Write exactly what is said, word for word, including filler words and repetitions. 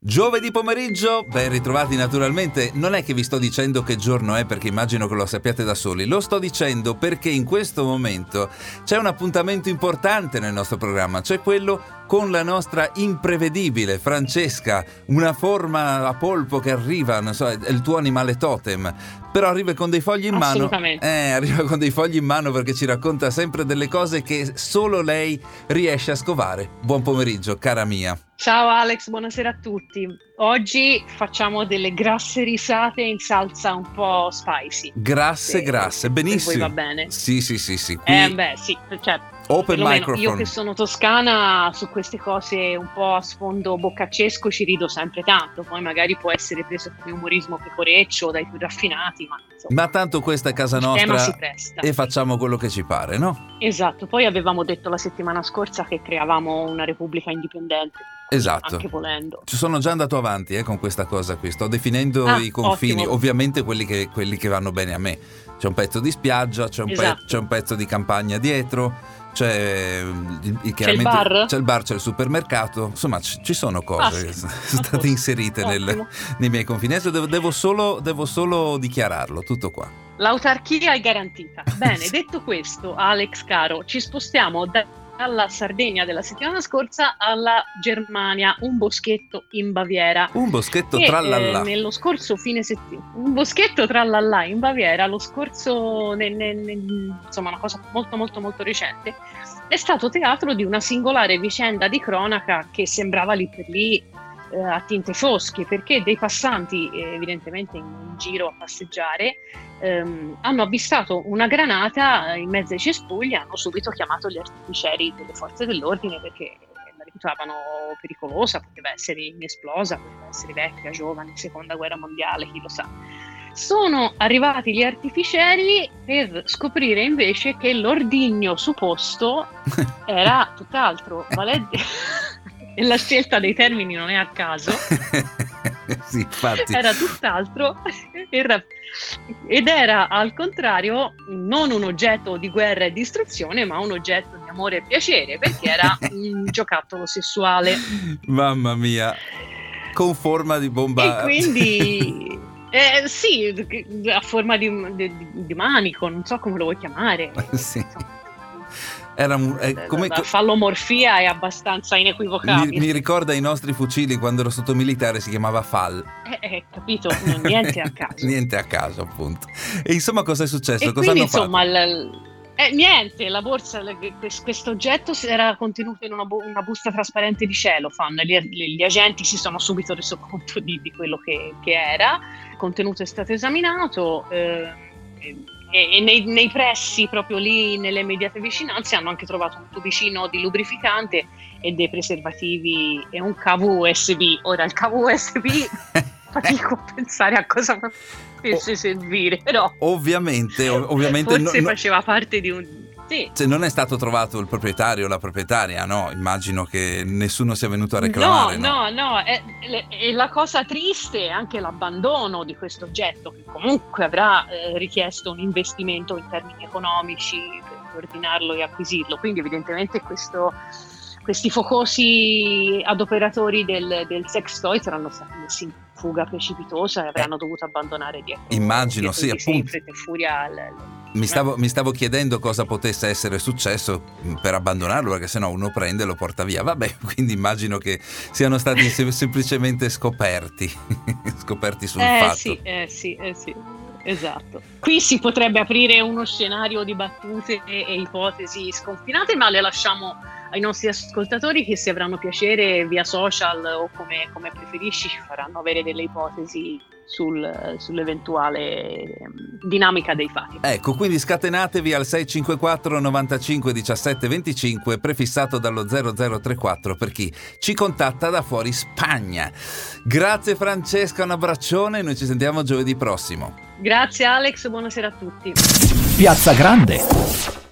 Giovedì pomeriggio, ben ritrovati naturalmente. Non è che vi sto dicendo che giorno è perché immagino che lo sappiate da soli, lo sto dicendo perché in questo momento c'è un appuntamento importante nel nostro programma, cioè quello con la nostra imprevedibile Francesca, una forma a polpo che arriva, non so, è il tuo animale totem, però arriva con dei fogli in mano. Eh, arriva con dei fogli in mano perché ci racconta sempre delle cose che solo lei riesce a scovare. Buon pomeriggio, cara mia. Ciao Alex, buonasera a tutti. Oggi facciamo delle grasse risate in salsa un po' spicy. Grasse, se, grasse, benissimo. Se voi va bene. Sì, sì, sì, sì. Qui... Eh beh, sì, cioè, Open microphone. Io che sono toscana, su queste cose un po' a sfondo boccaccesco ci rido sempre tanto. Poi magari può essere preso come umorismo pecoreccio dai più raffinati, ma insomma, ma tanto questa è casa nostra e facciamo quello che ci pare, no? Esatto, poi avevamo detto la settimana scorsa che creavamo una repubblica indipendente. Esatto, anche volendo. Ci sono già andato avanti eh, con questa cosa qui, sto definendo ah, i confini, ottimo. Ovviamente quelli che, quelli che vanno bene a me. C'è un pezzo di spiaggia, c'è un, esatto. pe- c'è un pezzo di campagna dietro, c'è, il, c'è il bar, c'è il bar, c'è il supermercato, insomma c- ci sono cose ah, sì. state inserite nel, nei miei confini. Adesso devo, devo, solo, devo solo dichiararlo, tutto qua. L'autarchia è garantita. Bene, detto questo, Alex caro, ci spostiamo da dalla Sardegna della settimana scorsa alla Germania, un boschetto in Baviera. Un boschetto che, trallallà. Eh, nello scorso fine settimana, un boschetto trallallà in Baviera, lo scorso, ne, ne, ne, insomma una cosa molto molto molto recente, è stato teatro di una singolare vicenda di cronaca che sembrava lì per lì eh, a tinte fosche, perché dei passanti, eh, evidentemente in, in giro a passeggiare, ehm, hanno avvistato una granata in mezzo ai cespugli e hanno subito chiamato gli artificieri delle forze dell'ordine perché la reputavano pericolosa, poteva essere inesplosa, poteva essere vecchia, giovane, seconda guerra mondiale, chi lo sa. Sono arrivati gli artificieri per scoprire invece che l'ordigno supposto era tutt'altro, vale e la scelta dei termini non è a caso. Sì, infatti. Era tutt'altro era, ed era al contrario non un oggetto di guerra e distruzione, ma un oggetto di amore e piacere, perché era un giocattolo sessuale. Mamma mia, con forma di bomba. E quindi eh, sì, a forma di, di, di manico, non so come lo vuoi chiamare. Sì. Era eh, come... La fallomorfia è abbastanza inequivocabile. Mi, mi ricorda i nostri fucili quando ero sotto militare, si chiamava F A L. Eh, eh capito, non, niente a caso. Niente a caso, appunto. E insomma, cosa è successo? E cosa quindi, hanno insomma, fatto? Il, eh, niente, la borsa, questo oggetto era contenuto in una, bu- una busta trasparente di cellophane. Gli, gli agenti si sono subito reso conto di, di quello che, che era. Il contenuto è stato esaminato. Eh, E, e nei, nei pressi, proprio lì nelle immediate vicinanze, hanno anche trovato un tubicino di lubrificante e dei preservativi e un cavo U S B. Ora il cavo U S B fatico a pensare a cosa potesse oh, servire, però ovviamente, ov- ovviamente forse no, faceva parte di un... Sì. Cioè, non è stato trovato il proprietario o la proprietaria, no? Immagino che nessuno sia venuto a reclamare. No, no, no, no. È, è la cosa triste è anche l'abbandono di questo oggetto, che comunque avrà eh, richiesto un investimento in termini economici per ordinarlo e acquisirlo. Quindi evidentemente questo, questi focosi adoperatori del, del sex toy saranno stati messi in fuga precipitosa e avranno eh, dovuto abbandonare dietro. Immagino, dietro sì, appunto. In fretta e furia l, Mi stavo, mi stavo chiedendo cosa potesse essere successo per abbandonarlo, perché sennò uno prende e lo porta via. Vabbè, quindi immagino che siano stati sem- semplicemente scoperti, scoperti sul eh, fatto. Sì, eh sì, eh sì, esatto. Qui si potrebbe aprire uno scenario di battute e, e ipotesi sconfinate, ma le lasciamo ai nostri ascoltatori che, se avranno piacere, via social o come, come preferisci, ci faranno avere delle ipotesi sul, sull'eventuale dinamica dei fatti. Ecco, quindi scatenatevi al sei cinque quattro novantacinque diciassette venticinque, prefissato dallo zero zero tre quattro per chi ci contatta da fuori Spagna. Grazie Francesca, un abbraccione, noi ci sentiamo giovedì prossimo. Grazie Alex, buonasera a tutti. Piazza Grande.